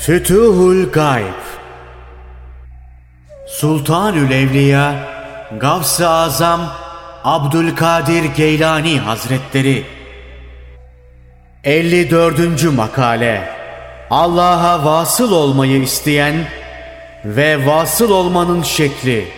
Fütuhul Gayb. Sultanül Evliya Gavs-ı Azam Abdülkadir Geylani Hazretleri. 54. makale. Allah'a vasıl olmayı isteyen ve vasıl olmanın şekli.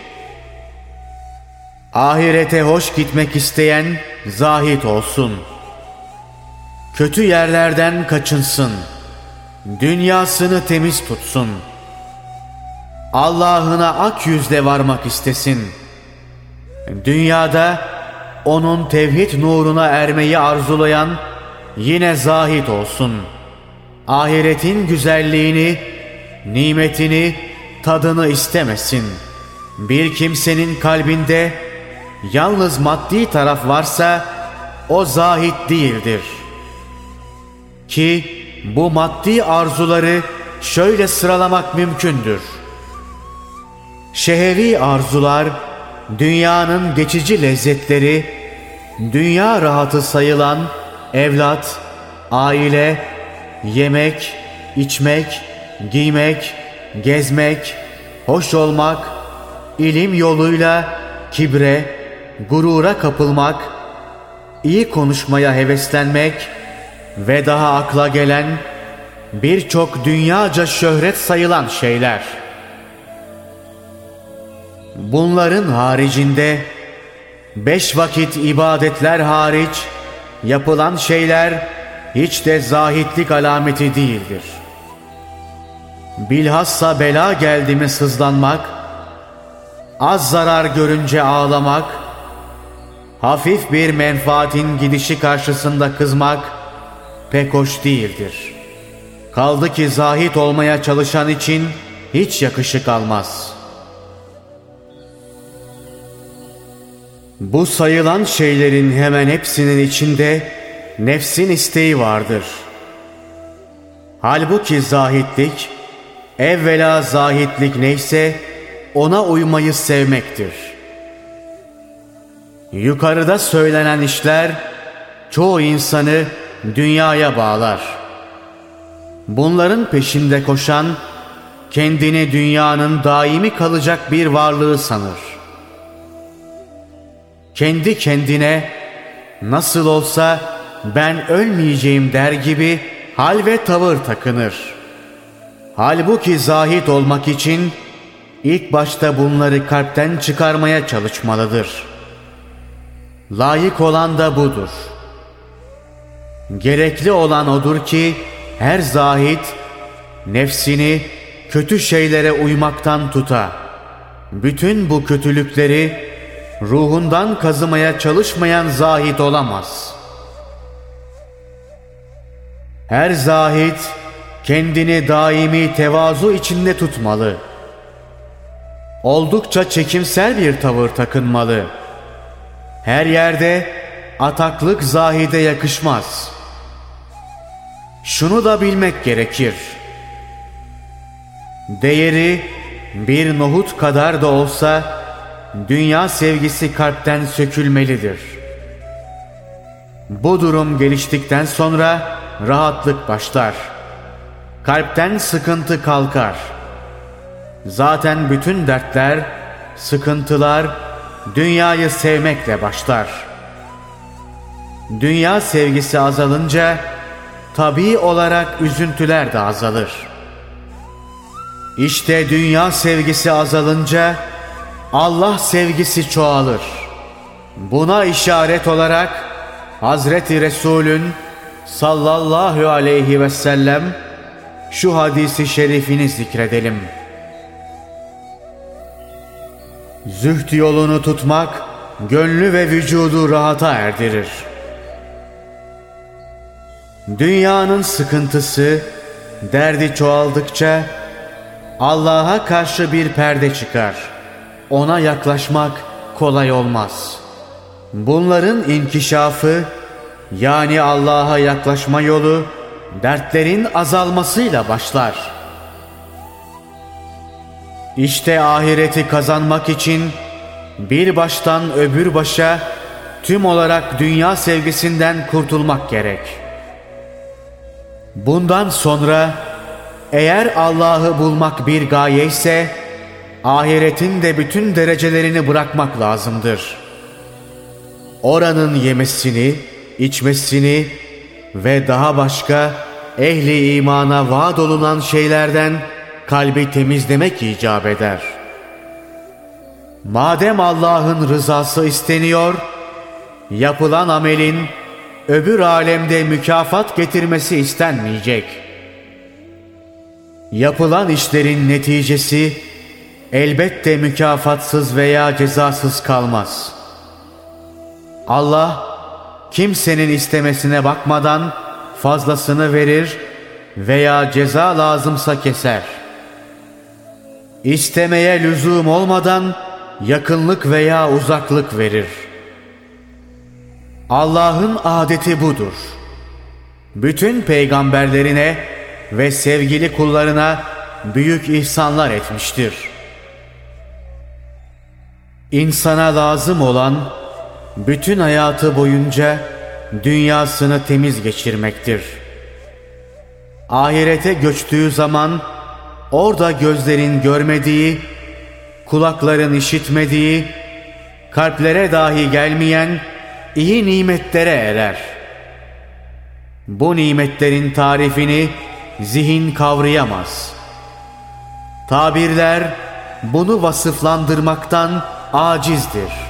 Ahirete hoş gitmek isteyen zahid olsun. Kötü yerlerden kaçınsın. Dünyasını temiz tutsun. Allah'ına ak yüzle varmak istesin. Dünyada onun tevhid nuruna ermeyi arzulayan yine zahid olsun. Ahiretin güzelliğini, nimetini, tadını istemesin. Bir kimsenin kalbinde yalnız maddi taraf varsa o zahid değildir. Ki bu maddi arzuları şöyle sıralamak mümkündür. Şehevi arzular, dünyanın geçici lezzetleri, dünya rahatı sayılan evlat, aile, yemek, içmek, giymek, gezmek, hoş olmak, ilim yoluyla kibre, gurura kapılmak, iyi konuşmaya heveslenmek ve daha akla gelen birçok dünyaca şöhret sayılan şeyler. Bunların haricinde 5 vakit ibadetler hariç yapılan şeyler hiç de zahitlik alameti değildir. Bilhassa bela geldi mi sızlanmak, az zarar görünce ağlamak, hafif bir menfaatin gidişi karşısında kızmak pek hoş değildir. Kaldı ki zahid olmaya çalışan için hiç yakışık almaz. Bu sayılan şeylerin hemen hepsinin içinde nefsin isteği vardır. Halbuki zahitlik, evvela zahitlik neyse ona uymayı sevmektir. Yukarıda söylenen işler çoğu insanı dünyaya bağlar. Bunların peşinde koşan kendini dünyanın daimi kalacak bir varlığı sanır. Kendi kendine nasıl olsa ben ölmeyeceğim der gibi hal ve tavır takınır. Halbuki zahid olmak için ilk başta bunları kalpten çıkarmaya çalışmalıdır. Layık olan da budur. Gerekli olan odur ki her zahid nefsini kötü şeylere uymaktan tuta. Bütün bu kötülükleri ruhundan kazımaya çalışmayan zahid olamaz. Her zahid kendini daimi tevazu içinde tutmalı. Oldukça çekimsel bir tavır takınmalı. Her yerde ataklık zahide yakışmaz. Şunu da bilmek gerekir. Değeri bir nohut kadar da olsa dünya sevgisi kalpten sökülmelidir. Bu durum geliştikten sonra rahatlık başlar. Kalpten sıkıntı kalkar. Zaten bütün dertler, sıkıntılar dünyayı sevmekle başlar. Dünya sevgisi azalınca tabii olarak üzüntüler de azalır. İşte dünya sevgisi azalınca Allah sevgisi çoğalır. Buna işaret olarak Hazreti Resul'ün sallallahu aleyhi ve sellem şu hadisi şerifini zikredelim. Zühd yolunu tutmak gönlü ve vücudu rahata erdirir. Dünyanın sıkıntısı, derdi çoğaldıkça Allah'a karşı bir perde çıkar. Ona yaklaşmak kolay olmaz. Bunların inkişafı, yani Allah'a yaklaşma yolu, dertlerin azalmasıyla başlar. İşte ahireti kazanmak için bir baştan öbür başa tüm olarak dünya sevgisinden kurtulmak gerek. Bundan sonra Eğer Allah'ı bulmak bir gaye ise, ahiretin de bütün derecelerini bırakmak lazımdır. Oranın yemesini, içmesini ve daha başka ehli imana vaat olunan şeylerden kalbi temizlemek icap eder. Madem Allah'ın rızası isteniyor, yapılan amelin öbür alemde mükafat getirmesi istenmeyecek. Yapılan işlerin neticesi elbette mükafatsız veya cezasız kalmaz. Allah kimsenin istemesine bakmadan fazlasını verir veya ceza lazımsa keser. İstemeye lüzum olmadan yakınlık veya uzaklık verir. Allah'ın adeti budur. Bütün peygamberlerine ve sevgili kullarına büyük ihsanlar etmiştir. İnsana lazım olan bütün hayatı boyunca dünyasını temiz geçirmektir. Ahirete göçtüğü zaman orada gözlerin görmediği, kulakların işitmediği, kalplere dahi gelmeyen iyi nimetlere erer. Bu nimetlerin tarifini zihin kavrayamaz. Tabirler bunu vasıflandırmaktan acizdir.